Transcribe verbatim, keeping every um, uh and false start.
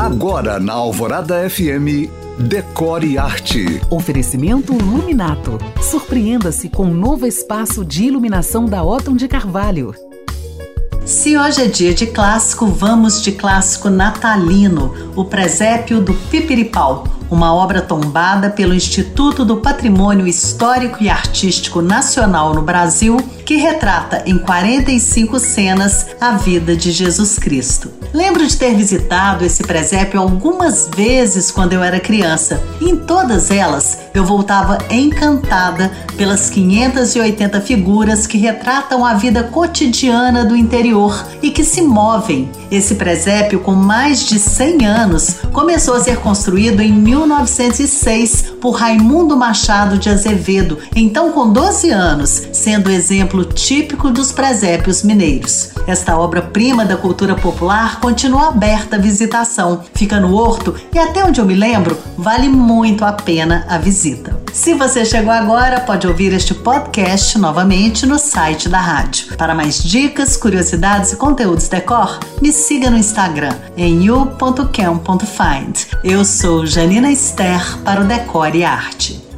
Agora na Alvorada F M, Decore Arte. Oferecimento Luminato. Surpreenda-se com um novo espaço de iluminação da Otton de Carvalho. Se hoje é dia de clássico, vamos de clássico natalino, o Presépio do Pipiripau, uma obra tombada pelo Instituto do Patrimônio Histórico e Artístico Nacional no Brasil, que retrata em quarenta e cinco cenas a vida de Jesus Cristo. Lembro de ter visitado esse presépio algumas vezes quando eu era criança, e em todas elas eu voltava encantada pelas quinhentas e oitenta figuras que retratam a vida cotidiana do interior e que se movem. Esse presépio, com mais de cem anos, começou a ser construído em mil novecentos e seis por Raimundo Machado de Azevedo, então com doze anos, sendo exemplo típico dos presépios mineiros. Esta obra-prima da cultura popular continua aberta à visitação, fica no Horto e, até onde eu me lembro, vale muito a pena a visita. Se você chegou agora, pode ouvir este podcast novamente no site da rádio. Para mais dicas, curiosidades e conteúdos decor, me siga no Instagram em you ponto cam ponto find. Eu sou Janina Esther para o Decore Arte.